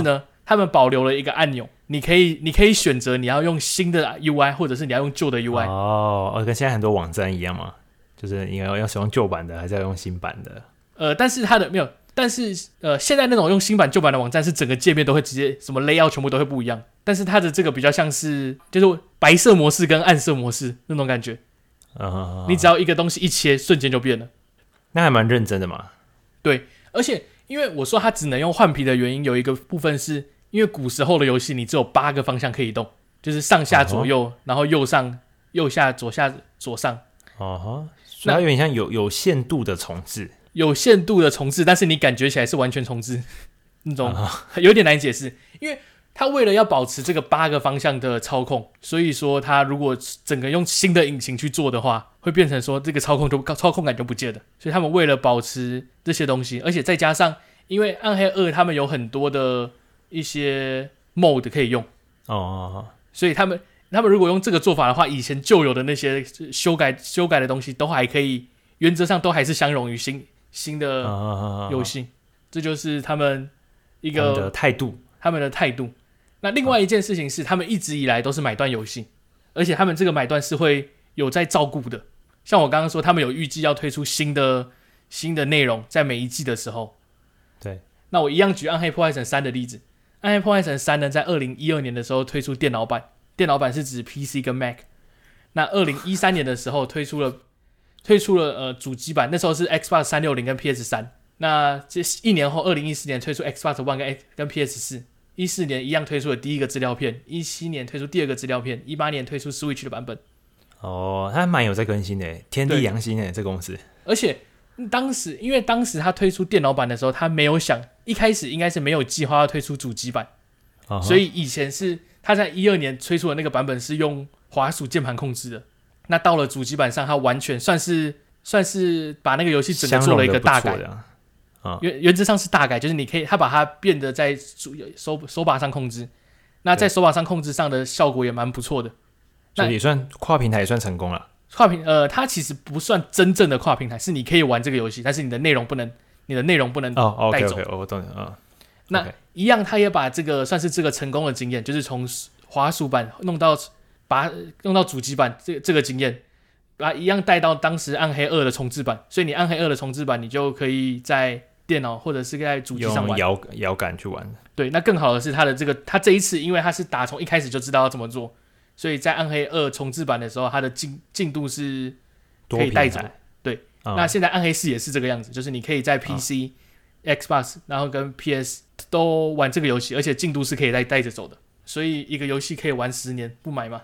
他们保留了一个按钮，你可以你可以选择你要用新的 U I 或者是你要用旧的 U I。 哦，跟现在很多网站一样嘛，就是你要要使用旧版的，还是要用新版的？ 呃，但是它的没有，但是呃，现在那种用新版旧版的网站是整个界面都会直接什么 layout 全部都会不一样，但是它的这个比较像是就是白色模式跟暗色模式那种感觉。 嗯， 你只要一个东西一切，瞬间就变了。 那还蛮认真的嘛。 对，而且因为我说它只能用换皮的原因，有一个部分是因为古时候的游戏你只有八个方向可以动，就是上下左右，哦、然后右上右下左下左上。 哦，所以它有点像有有限度的重置， 有限度的重置，但是你感觉起来是完全重置，那种、哦、有点难解释，因为。他为了要保持这个八个方向的操控，所以说他如果整个用新的引擎去做的话，会变成说这个操控就操控感就不见了。所以他们为了保持这些东西，而且再加上因为暗黑二他们有很多的一些 mode 可以用哦， 所以他们他们如果用这个做法的话，以前旧有的那些修改修改的东西都还可以，原则上都还是相容于新新的游戏、哦。这就是他们一个他们的态度， 他们的态度。那另外一件事情是，他们一直以来都是买断游戏，而且他们这个买断是会有在照顾的。像我刚刚说，他们有预计要推出新的新的内容，在每一季的时候。 对， 那我一样举《暗黑破坏神三》的例子，《暗黑破坏神三》呢，在二零一二年的时候推出电脑版，电脑版是指 P C 跟 Mac。那二零一三年的时候推出了推出了呃主机版，那时候是 Xbox 三六零跟 P S 三。那这一年后，二零一四年推出 Xbox One 跟跟 P S 四。一四年一样推出了第一个资料片，一七年推出第二个资料片，一八年推出 Switch 的版本。 哦，他蛮有在更新的，天地良心的这公司。 而且当时，因为当时他推出电脑版的时候，他没有想，一开始应该是没有计划要推出主机版，哦、所以以前是他在一二年推出的那个版本是用滑鼠键盘控制的。那到了主机版上，他完全算是算是把那个游戏整个做了一个大改。 哦、 原原则上是大改，就是你可以，它把它变得在手手把上控制，那在手把上控制上的效果也蛮不错的， 所以也算跨平台也算成功了。 跨平呃，它其实不算真正的跨平台，是你可以玩这个游戏，但是你的内容不能，你的内容不能带走。 哦 ，OK OK， 我懂了啊。 那一样，他也把这个算是这个成功的经验，就是从滑鼠版弄到把弄到主机版这个这个经验。把一样带到当时暗黑二的重置版，所以你暗黑二的重置版，你就可以在电脑或者是在主机上玩， 用摇摇杆去玩。 对，那更好的是它的这个，它这一次因为它是打从一开始就知道要怎么做，所以在暗黑二重置版的时候，它的进进度是可以带走。对、嗯，那现在暗黑四也是这个样子，就是你可以在 P C、Xbox、嗯、然后跟 P S 都玩这个游戏，而且进度是可以带带着走的，所以一个游戏可以玩十年，不买吗？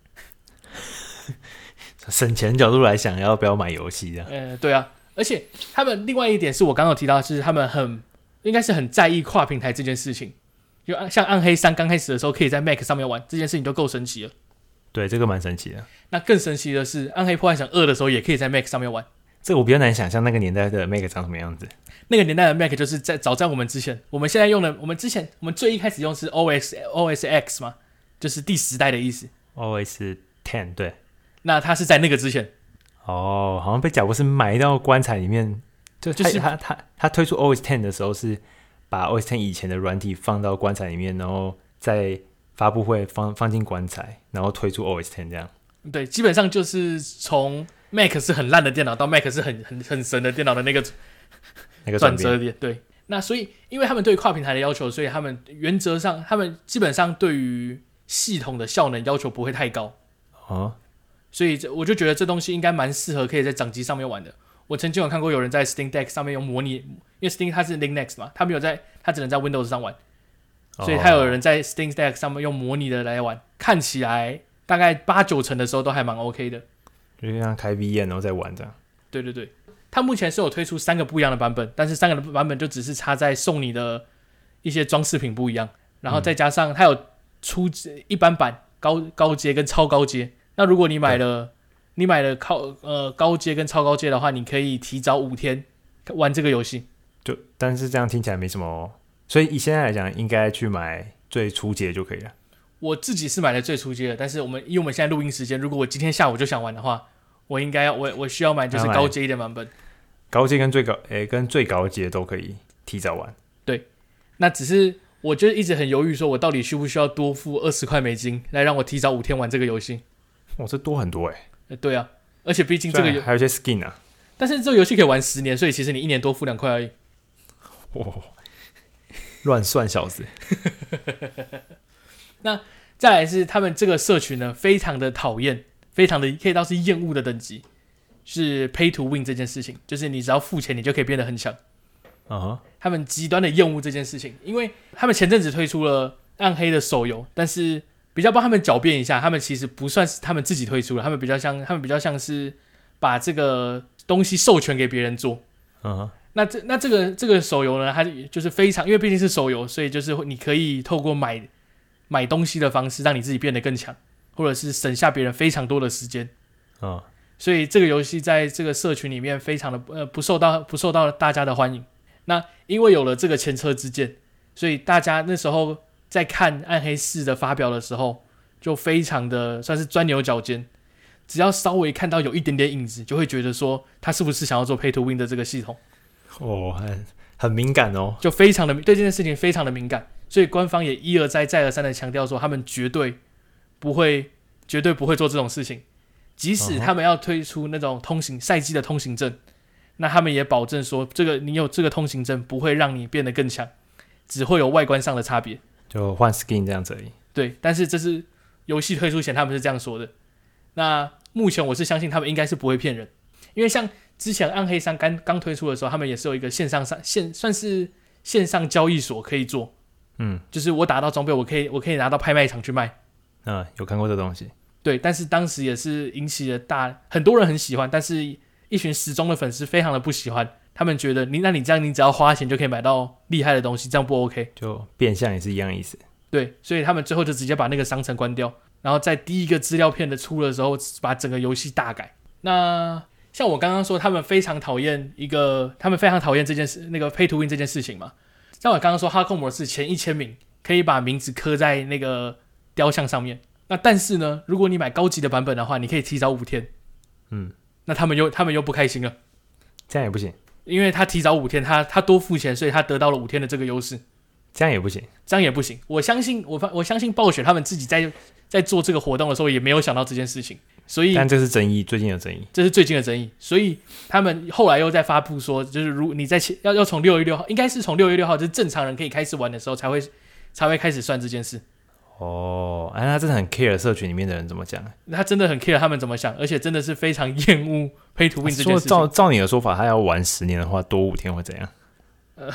省钱角度来想，要不要买游戏这样？ 呃，对啊，而且他们另外一点是我刚刚有提到，就是他们很应该是很在意跨平台这件事情。就像暗黑三刚开始的时候，可以在 Mac 上面玩，这件事情就够神奇了。 对，这个蛮神奇的。 那更神奇的是，暗黑破坏神二的时候也可以在 Mac 上面玩。 这个我比较难想象那个年代的 Mac 长什么样子。 那个年代的 Mac 就是在早在我们之前，我们现在用的，我们之前我们最一开始用是 O S O S X 嘛，就是第十代的意思。 O S Ten 对。 那它是在那个之前。 哦，好像被贾博士埋到棺材里面。就就是他他他推出 O S Ten 的时候，是把 O S Ten 以前的软体放到棺材里面，然后在发布会放放进棺材，然后推出 O S Ten 这样。 对，基本上就是从 Mac 是很烂的电脑到 Mac 是很很很神的电脑的那个那个转折点。对，那所以因为他们对跨平台的要求，所以他们原则上他们基本上对于系统的效能要求不会太高。 哦。 所以我就觉得这东西应该蛮适合可以在掌机上面玩的。我曾经有看过有人在 Steam Deck 上面用模拟，因为 Steam 它是 Linux 嘛，它没有在，它只能在 Windows 上玩，所以他有人在 Steam Deck 上面用模拟的来玩，看起来大概八九成的时候都还蛮 OK 的， 就像开 V M 然后再玩这样。 对对对，它目前是有推出三个不一样的版本，但是三个版本就只是差在送你的一些装饰品不一样，然后再加上它有出一般版、高高阶跟超高阶。那如果你买了，你买了高呃高阶跟超高阶的话，你可以提早五天玩这个游戏。 就但是这样听起来没什么、哦，所以以现在来讲，应该去买最初阶就可以了。 我自己是买了最初阶的，但是我们以我们现在录音时间，如果我今天下午就想玩的话，我应该要我我需要买就是高阶一点版本。 高阶跟最高诶跟最高阶都可以提早玩。 对，那只是我就一直很犹豫，说我到底需不需要多付二十块美金来让我提早五天玩这个游戏？ 哇，这多很多哎、 欸。对啊，而且毕竟这个还有一些 skin 啊， 但是这个游戏可以玩十年，所以其实你一年多付两块而已。 哇，乱算小子。 那再来是他们这个社群呢，非常的讨厌，非常的可以到是厌恶的等级，是 pay to win 这件事情，就是你只要付钱，你就可以变得很强。 Uh-huh. 他们极端的厌恶这件事情，因为他们前阵子推出了暗黑的手游，但是比较帮他们狡辩一下，他们其实不算是他们自己推出的，他们比较像，他们比较像是把这个东西授权给别人做。 Uh-huh. 那这那这个这个手游呢，它就是非常，因为毕竟是手游，所以就是你可以透过买买东西的方式，让你自己变得更强，或者是省下别人非常多的时间。 Uh-huh. 所以这个游戏在这个社群里面非常的呃不受到不受到大家的欢迎。那因为有了这个前车之鉴，所以大家那时候在看暗黑四的发表的时候，就非常的算是钻牛角尖。只要稍微看到有一点点影子，就会觉得说他是不是想要做 pay to win 的这个系统。 哦，很很敏感哦， 就非常的对这件事情非常的敏感，所以官方也一而再再而三的强调说，他们绝对不会绝对不会做这种事情，即使他们要推出那种通行赛季的通行证。那他们也保证说，这个你有这个通行证不会让你变得更强，只会有外观上的差别， 就换 skin 这样子而已。 对，但是这是游戏推出前他们是这样说的。那目前我是相信他们应该是不会骗人，因为像之前暗黑三刚刚推出的时候，他们也是有一个线上上线算是线上交易所可以做， 嗯， 就是我打到装备，我可以我可以拿到拍卖场去卖。 嗯，有看过这东西。 对，但是当时也是引起了大很多人很喜欢，但是一群死忠的粉丝非常的不喜欢，他们觉得你那你这样你只要花钱就可以买到厉害的东西，这样不 OK？ 就变相也是一样的意思。 对，所以他们最后就直接把那个商城关掉，然后在第一个资料片的出的时候，把整个游戏大改。那像我刚刚说，他们非常讨厌一个，他们非常讨厌这件事，那个 pay to win 这件事情嘛。像我刚刚说，哈控模式前一千名可以把名字刻在那个雕像上面。那但是呢，如果你买高级的版本的话，你可以提早五天。嗯。那他们又他们又不开心了， 这样也不行， 因为他提早五天，他他多付钱，所以他得到了五天的这个优势， 这样也不行， 这样也不行。我相信我我相信暴雪他们自己在在做这个活动的时候也没有想到这件事情，所以但这是争议，最近的争议， 这是最近的争议，所以他们后来又在发布说，就是如你在要要从六月六号，应该是从六月六号，就是正常人可以开始玩的时候才会才会开始算这件事。 哦，哎，他真的很 care 社群里面的人怎么讲？ 他真的很 care 他们怎么想，而且真的是非常厌恶 pay to win 这件事情。 照照你的说法，他要玩十年的话，多五天会怎样？ 呃、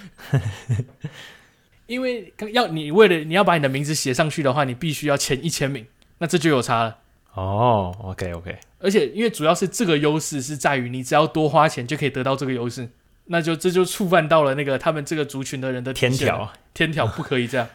因为要你为了你要把你的名字写上去的话，你必须要前一千名，那这就有差了。 哦 ，OK OK。 而且因为主要是这个优势是在于你只要多花钱就可以得到这个优势，那就这就触犯到了那个他们这个族群的人的天条， 天条不可以这样。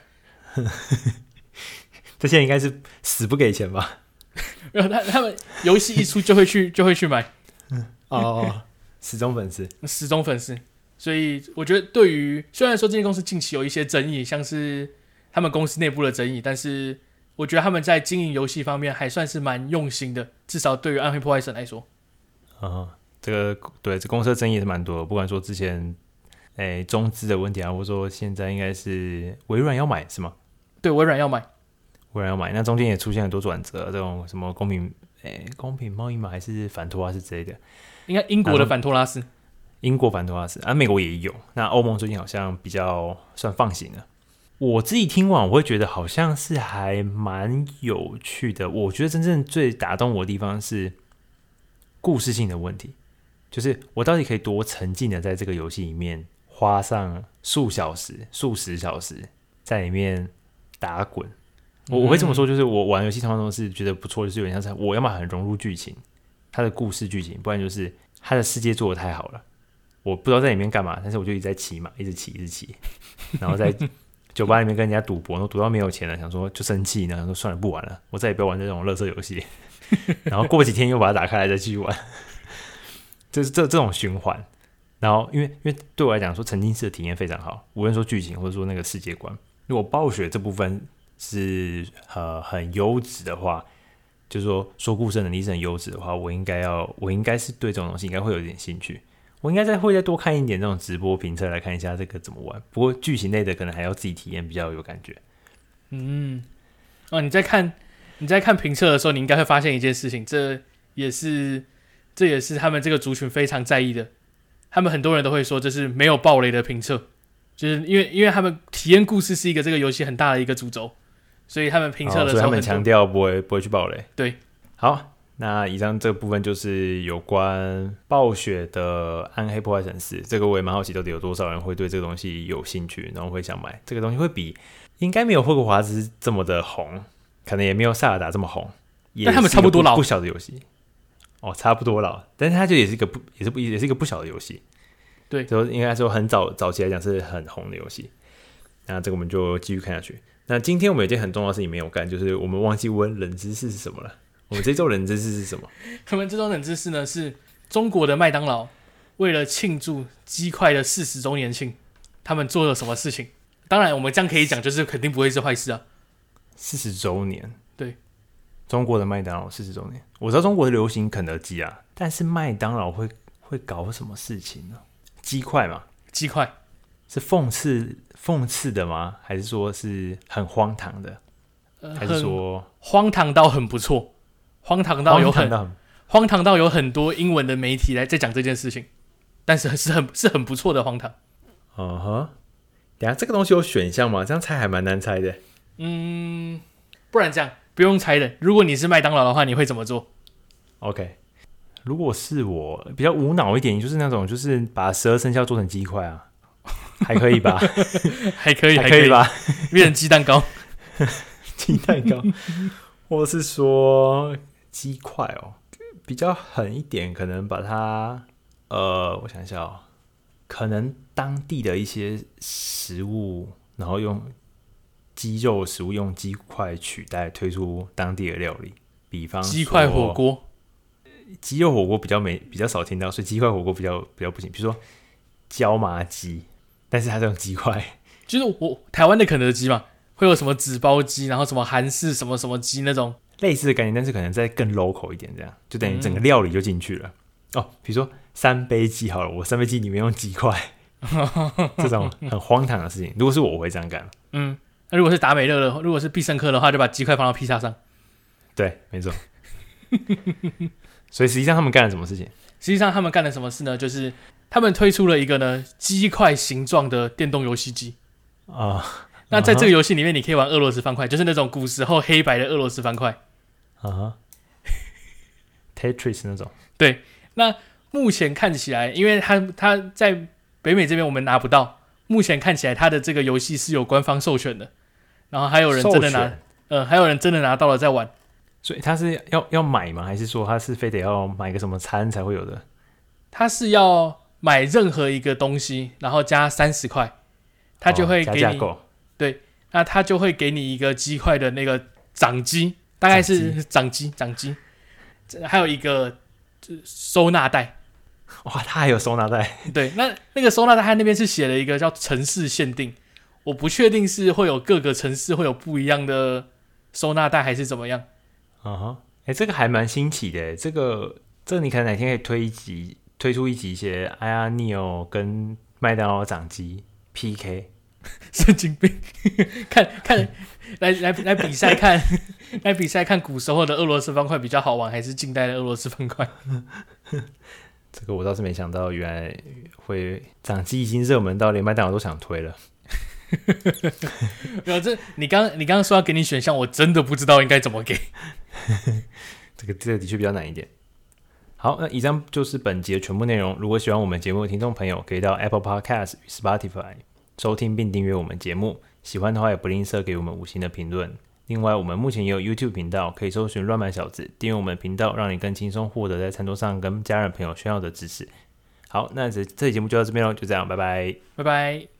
这些人应该是死不给钱吧？ 没有，他他们游戏一出就会去就会去买。 哦，死忠粉丝， 死忠粉丝。所以我觉得，对于虽然说这间公司近期有一些争议，像是他们公司内部的争议，但是我觉得他们在经营游戏方面还算是蛮用心的，至少对于暗黑破坏神来说。 啊，这个对这公司的争议也是蛮多的，不管说之前诶中资的问题啊，或者说现在应该是微软要买是吗？ 对，微软要买。 微软要买，那中间也出现很多转折，这种什么公平诶公平贸易嘛，还是反托拉斯之类的， 应该英国的反托拉斯， 英国反托拉斯啊，美国也有。那欧盟最近好像比较算放行了。我自己听完，我会觉得好像是还蛮有趣的。我觉得真正最打动我的地方是故事性的问题，就是我到底可以多沉浸的在这个游戏里面，花上数小时、数十小时在里面打滚。我我会这么说，就是我玩游戏通常都是觉得不错，就是有点像是我要么很融入剧情，它的故事剧情，不然就是它的世界做得太好了，我不知道在里面干嘛，但是我就一直在骑嘛，一直骑，一直骑，然后在酒吧里面跟人家赌博，然后赌到没有钱了，想说就生气呢，想说算了不玩了，我再也不要玩这种垃圾游戏，然后过几天又把它打开来再继续玩，就是这这种循环。然后因为因为对我来讲说沉浸式的体验非常好，无论说剧情或者说那个世界观，如果暴雪这部分是呃很优质的话，就是说说故事能力是很优质的话，我应该要我应该是对这种东西应该会有点兴趣。 我应该再会再多看一点这种直播评测来看一下这个怎么玩。不过剧情类的可能还要自己体验比较有感觉。 嗯，哦，你在看你在看评测的时候，你应该会发现一件事情，这也是这也是他们这个族群非常在意的。他们很多人都会说这是没有爆雷的评测，就是因为因为他们体验故事是一个这个游戏很大的一个主轴，所以他们评测的时候、哦，所以他们强调不会不会去爆雷。 对， 好。那以上这个部分就是有关暴雪的《暗黑破坏神四》，这个我也蛮好奇，到底有多少人会对这个东西有兴趣，然后会想买。这个东西会比应该没有霍格华兹这么的红，可能也没有塞尔达这么红， 但他们差不多老， 不小的游戏哦，差不多老，但是它就也是一个不也是不也是一个不小的游戏， 对， 就应该说很早早期来讲是很红的游戏。那这个我们就继续看下去。那今天我们有一件很重要的事情没有干，就是我们忘记问冷知识是什么了。我们这周冷知识是什么？ 我们这周冷知识呢是中国的麦当劳为了庆祝鸡块的四十周年庆，他们做了什么事情？当然，我们这样可以讲，就是肯定不会是坏事啊。 四十周年， 对， 中国的麦当劳四十周年。我知道中国的流行肯德基啊，但是麦当劳会会搞什么事情呢？鸡块嘛， 鸡块是讽刺讽刺的吗？还是说是很荒唐的？呃、还是说荒唐到很不错？荒唐到有很荒唐到有很多英文的媒体来在讲这件事情，但是是很是很不错的荒唐。 嗯哼，等一下这个东西有选项吗？这样猜还蛮难猜的。 嗯，不然这样不用猜的。如果你是麦当劳的话，你会怎么做 ？OK， 如果是我比较无脑一点，就是那种就是把十二生肖做成鸡块啊，还可以吧？ 还可以， 还可以吧？ 变成鸡蛋糕， 鸡蛋糕，或是说。鸡块哦，比较狠一点，可能把它呃，我想一下哦，可能当地的一些食物，然后用鸡肉食物用鸡块取代，推出当地的料理，比方说鸡块火锅。 鸡肉火锅比较没比较少听到，所以鸡块火锅比较比较不行。比如说椒麻鸡，但是它是用鸡块， 就是我台湾的肯德基嘛，会有什么纸包鸡，然后什么韩式什么什么鸡那种。类似的概念，但是可能再更 local 一点，这样就等于整个料理就进去了、嗯、哦。比如说三杯鸡好了，我三杯鸡里面用鸡块，这种很荒唐的事情，如果是我，我会这样干。 嗯，那如果是达美乐的，如果是必胜客的话，就把鸡块放到披萨上。 对，没错。所以实际上他们干了什么事情？ 实际上他们干了什么事呢？就是他们推出了一个呢鸡块形状的电动游戏机啊。那在这个游戏里面，你可以玩俄罗斯方块，就是那种古时候黑白的俄罗斯方块啊 ，Tetris 那种。 对，那目前看起来，因为它它在北美这边我们拿不到，目前看起来它的这个游戏是有官方授权的，然后还有人真的拿，呃，还有人真的拿到了在玩。 所以他是要要买吗？还是说他是非得要买个什么餐才会有的？ 他是要买任何一个东西，然后加三十块，他就会给你。哦，加价购。对，那他就会给你一个鸡块的那个掌机，大概是掌机，掌机，还有一个收纳袋。 哇，他还有收纳袋？ 对，那那个收纳袋，他那边是写了一个叫城市限定，我不确定是会有各个城市会有不一样的收纳袋，还是怎么样。 啊哈，哎，这个还蛮新奇的，这个这个你可能哪天可以推一集，推出一集一些哎呀 Neo 跟麦当劳掌机 P K。 神经病！看看来来来比赛看，来比赛看古时候的俄罗斯方块比较好玩，还是近代的俄罗斯方块？ 这个我倒是没想到，原来会掌机已经热门到连麦当劳都想推了。 没有，这你刚你刚刚说要给你选项，我真的不知道应该怎么给。 这个这个的确比较难一点。好，那以上就是本集的全部内容。如果喜欢我们节目的听众朋友，可以到 Apple Podcast 与 Spotify。收听并订阅我们节目，喜欢的话也不吝啬给我们五星的评论。另外，我们目前也有 YouTube 频道，可以搜寻乱码小子，订阅我们的频道，让你更轻松获得在餐桌上跟家人朋友炫耀的知识。好，那这这期节目就到这边咯，就这样，拜拜， 拜拜。